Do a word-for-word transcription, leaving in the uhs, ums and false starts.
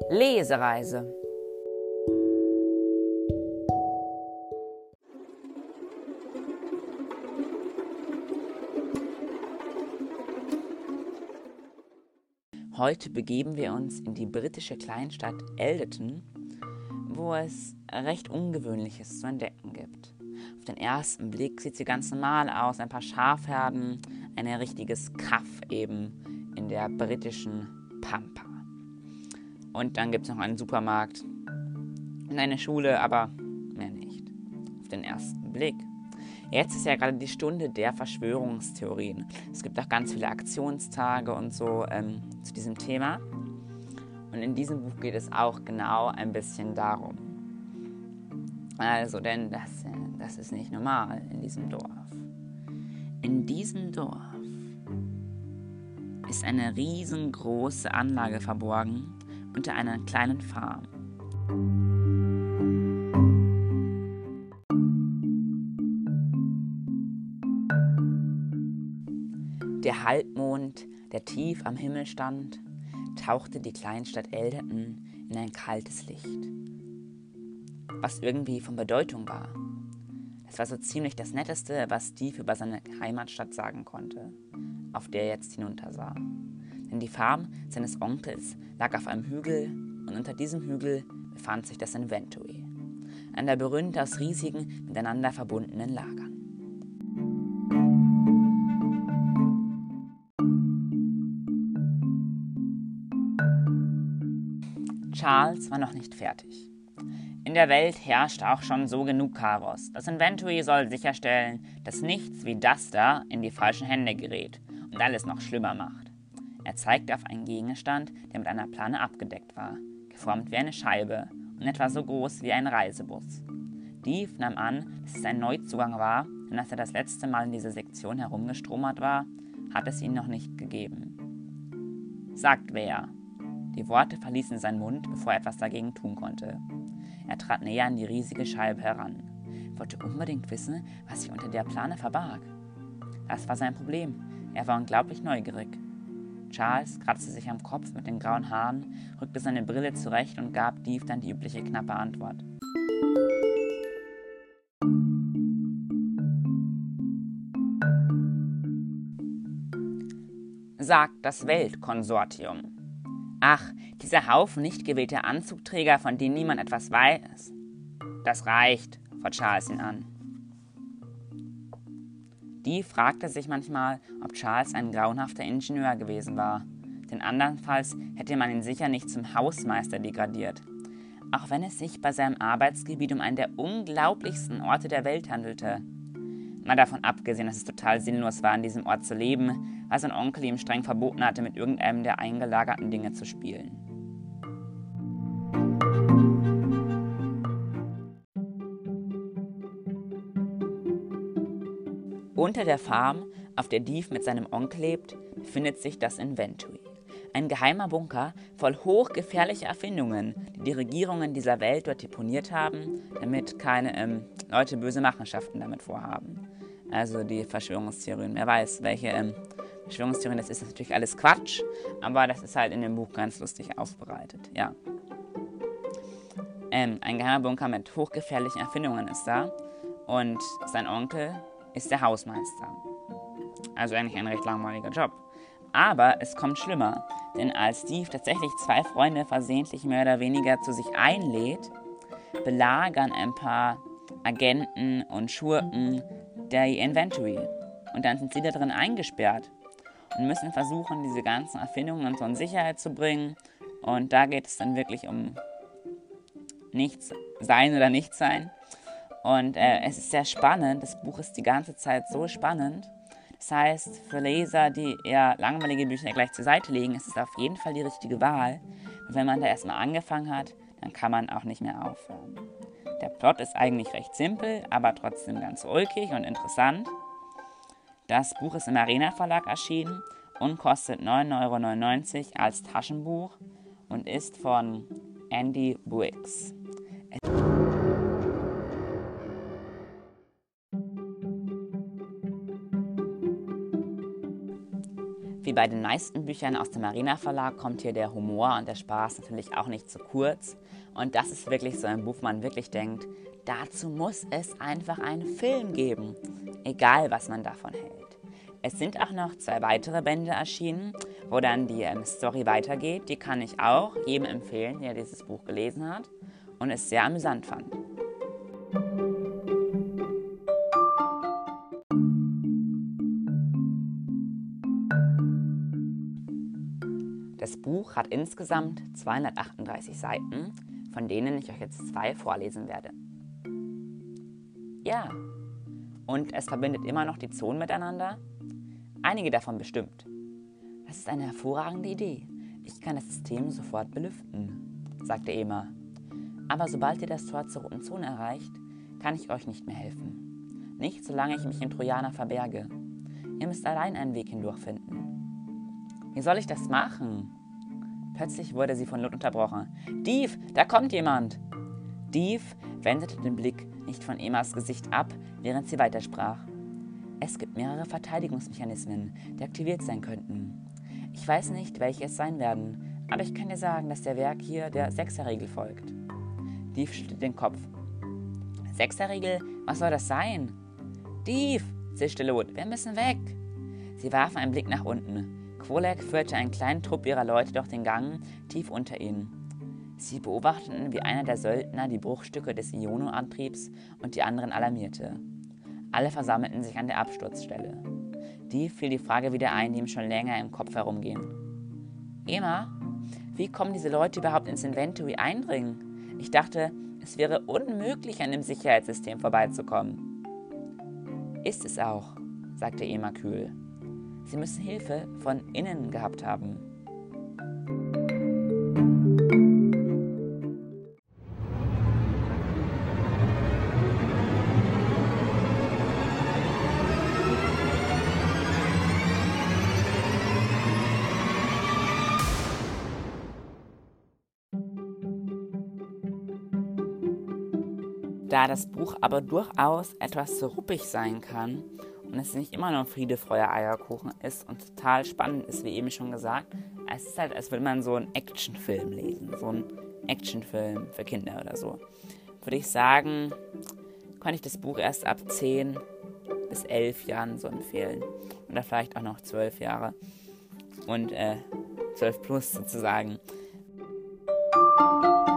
Lesereise. Heute begeben wir uns in die britische Kleinstadt Alderton, wo es recht Ungewöhnliches zu entdecken gibt. Auf den ersten Blick sieht sie ganz normal aus, ein paar Schafherden, ein richtiges Kaff eben in der britischen Pampa. Und dann gibt es noch einen Supermarkt und eine Schule, aber mehr nicht. Auf den ersten Blick. Jetzt ist ja gerade die Stunde der Verschwörungstheorien. Es gibt auch ganz viele Aktionstage und so ähm, zu diesem Thema. Und in diesem Buch geht es auch genau ein bisschen darum. Also, denn das, das ist nicht normal in diesem Dorf. In diesem Dorf ist eine riesengroße Anlage verborgen unter einer kleinen Farm. Der Halbmond, der tief am Himmel stand, tauchte die Kleinstadt Alderton in ein kaltes Licht, was irgendwie von Bedeutung war. Es war so ziemlich das Netteste, was Steve über seine Heimatstadt sagen konnte, auf der er jetzt hinuntersah. Denn die Farm seines Onkels lag auf einem Hügel und unter diesem Hügel befand sich das Inventory, ein Labyrinth aus riesigen, miteinander verbundenen Lagern. Charles war noch nicht fertig. In der Welt herrscht auch schon so genug Chaos. Das Inventory soll sicherstellen, dass nichts wie das da in die falschen Hände gerät und alles noch schlimmer macht. Er zeigte auf einen Gegenstand, der mit einer Plane abgedeckt war, geformt wie eine Scheibe und etwa so groß wie ein Reisebus. Steve nahm an, dass es ein Neuzugang war, denn als er das letzte Mal in dieser Sektion herumgestromert war, hat es ihn noch nicht gegeben. Sagt wer? Die Worte verließen seinen Mund, bevor er etwas dagegen tun konnte. Er trat näher an die riesige Scheibe heran, wollte unbedingt wissen, was sich unter der Plane verbarg. Das war sein Problem. Er war unglaublich neugierig. Charles kratzte sich am Kopf mit den grauen Haaren, rückte seine Brille zurecht und gab Steve dann die übliche knappe Antwort. Sagt das Weltkonsortium. Ach, dieser Haufen nicht gewählter Anzugträger, von denen niemand etwas weiß. Das reicht, fuhr Charles ihn an. Die fragte sich manchmal, ob Charles ein grauenhafter Ingenieur gewesen war, denn andernfalls hätte man ihn sicher nicht zum Hausmeister degradiert, auch wenn es sich bei seinem Arbeitsgebiet um einen der unglaublichsten Orte der Welt handelte. Mal davon abgesehen, dass es total sinnlos war, an diesem Ort zu leben, weil sein Onkel ihm streng verboten hatte, mit irgendeinem der eingelagerten Dinge zu spielen. Unter der Farm, auf der Steve mit seinem Onkel lebt, befindet sich das Inventory. Ein geheimer Bunker voll hochgefährlicher Erfindungen, die die Regierungen dieser Welt dort deponiert haben, damit keine ähm, Leute böse Machenschaften damit vorhaben. Also die Verschwörungstheorien. Wer weiß, welche ähm, Verschwörungstheorien das ist, ist natürlich alles Quatsch, aber das ist halt in dem Buch ganz lustig aufbereitet, ja. Ähm, ein geheimer Bunker mit hochgefährlichen Erfindungen ist da und sein Onkel ist der Hausmeister. Also eigentlich ein recht langweiliger Job. Aber es kommt schlimmer, denn als Steve tatsächlich zwei Freunde versehentlich mehr oder weniger zu sich einlädt, belagern ein paar Agenten und Schurken der Inventory. Und dann sind sie da drin eingesperrt und müssen versuchen, diese ganzen Erfindungen und so in Sicherheit zu bringen. Und da geht es dann wirklich um nichts sein oder nicht sein. Und äh, es ist sehr spannend, das Buch ist die ganze Zeit so spannend. Das heißt, für Leser, die eher langweilige Bücher gleich zur Seite legen, ist es auf jeden Fall die richtige Wahl. Und wenn man da erstmal angefangen hat, dann kann man auch nicht mehr aufhören. Der Plot ist eigentlich recht simpel, aber trotzdem ganz ulkig und interessant. Das Buch ist im Arena Verlag erschienen und kostet neun Euro neunundneunzig als Taschenbuch und ist von Andy Buicks. Wie bei den meisten Büchern aus dem Arena Verlag kommt hier der Humor und der Spaß natürlich auch nicht zu kurz. Und das ist wirklich so ein Buch, wo man wirklich denkt, dazu muss es einfach einen Film geben, egal was man davon hält. Es sind auch noch zwei weitere Bände erschienen, wo dann die ähm, Story weitergeht. Die kann ich auch jedem empfehlen, der dieses Buch gelesen hat und es sehr amüsant fand. Das Buch hat insgesamt zweihundertachtunddreißig Seiten, von denen ich euch jetzt zwei vorlesen werde. Ja, und es verbindet immer noch die Zonen miteinander. Einige davon bestimmt. Das ist eine hervorragende Idee. Ich kann das System sofort belüften, sagte Emma. Aber sobald ihr das Tor zur roten Zone erreicht, kann ich euch nicht mehr helfen. Nicht, solange ich mich in Trojaner verberge. Ihr müsst allein einen Weg hindurch finden. Wie soll ich das machen? Plötzlich wurde sie von Lot unterbrochen. Div, da kommt jemand! Div wendete den Blick nicht von Emmas Gesicht ab, während sie weitersprach. Es gibt mehrere Verteidigungsmechanismen, die aktiviert sein könnten. Ich weiß nicht, welche es sein werden, aber ich kann dir sagen, dass der Werk hier der Sechserregel folgt. Div schüttelte den Kopf. Sechserregel? Was soll das sein? Div, zischte Lot, wir müssen weg. Sie warfen einen Blick nach unten. Quolek führte einen kleinen Trupp ihrer Leute durch den Gang, tief unter ihnen. Sie beobachteten, wie einer der Söldner die Bruchstücke des Iono-Antriebs und die anderen alarmierte. Alle versammelten sich an der Absturzstelle. Die fiel die Frage wieder ein, die ihm schon länger im Kopf herumging. Emma, wie kommen diese Leute überhaupt ins Inventory eindringen? Ich dachte, es wäre unmöglich, an dem Sicherheitssystem vorbeizukommen. Ist es auch, sagte Emma kühl. Sie müssen Hilfe von innen gehabt haben. Da das Buch aber durchaus etwas so ruppig sein kann und es nicht immer nur Friede, Freude, Eierkuchen ist und total spannend ist, wie eben schon gesagt, es ist halt, als würde man so einen Actionfilm lesen, so einen Actionfilm für Kinder oder so. Würde ich sagen, kann ich das Buch erst ab zehn bis elf Jahren so empfehlen. Oder vielleicht auch noch zwölf Jahre. Und äh, zwölf plus sozusagen.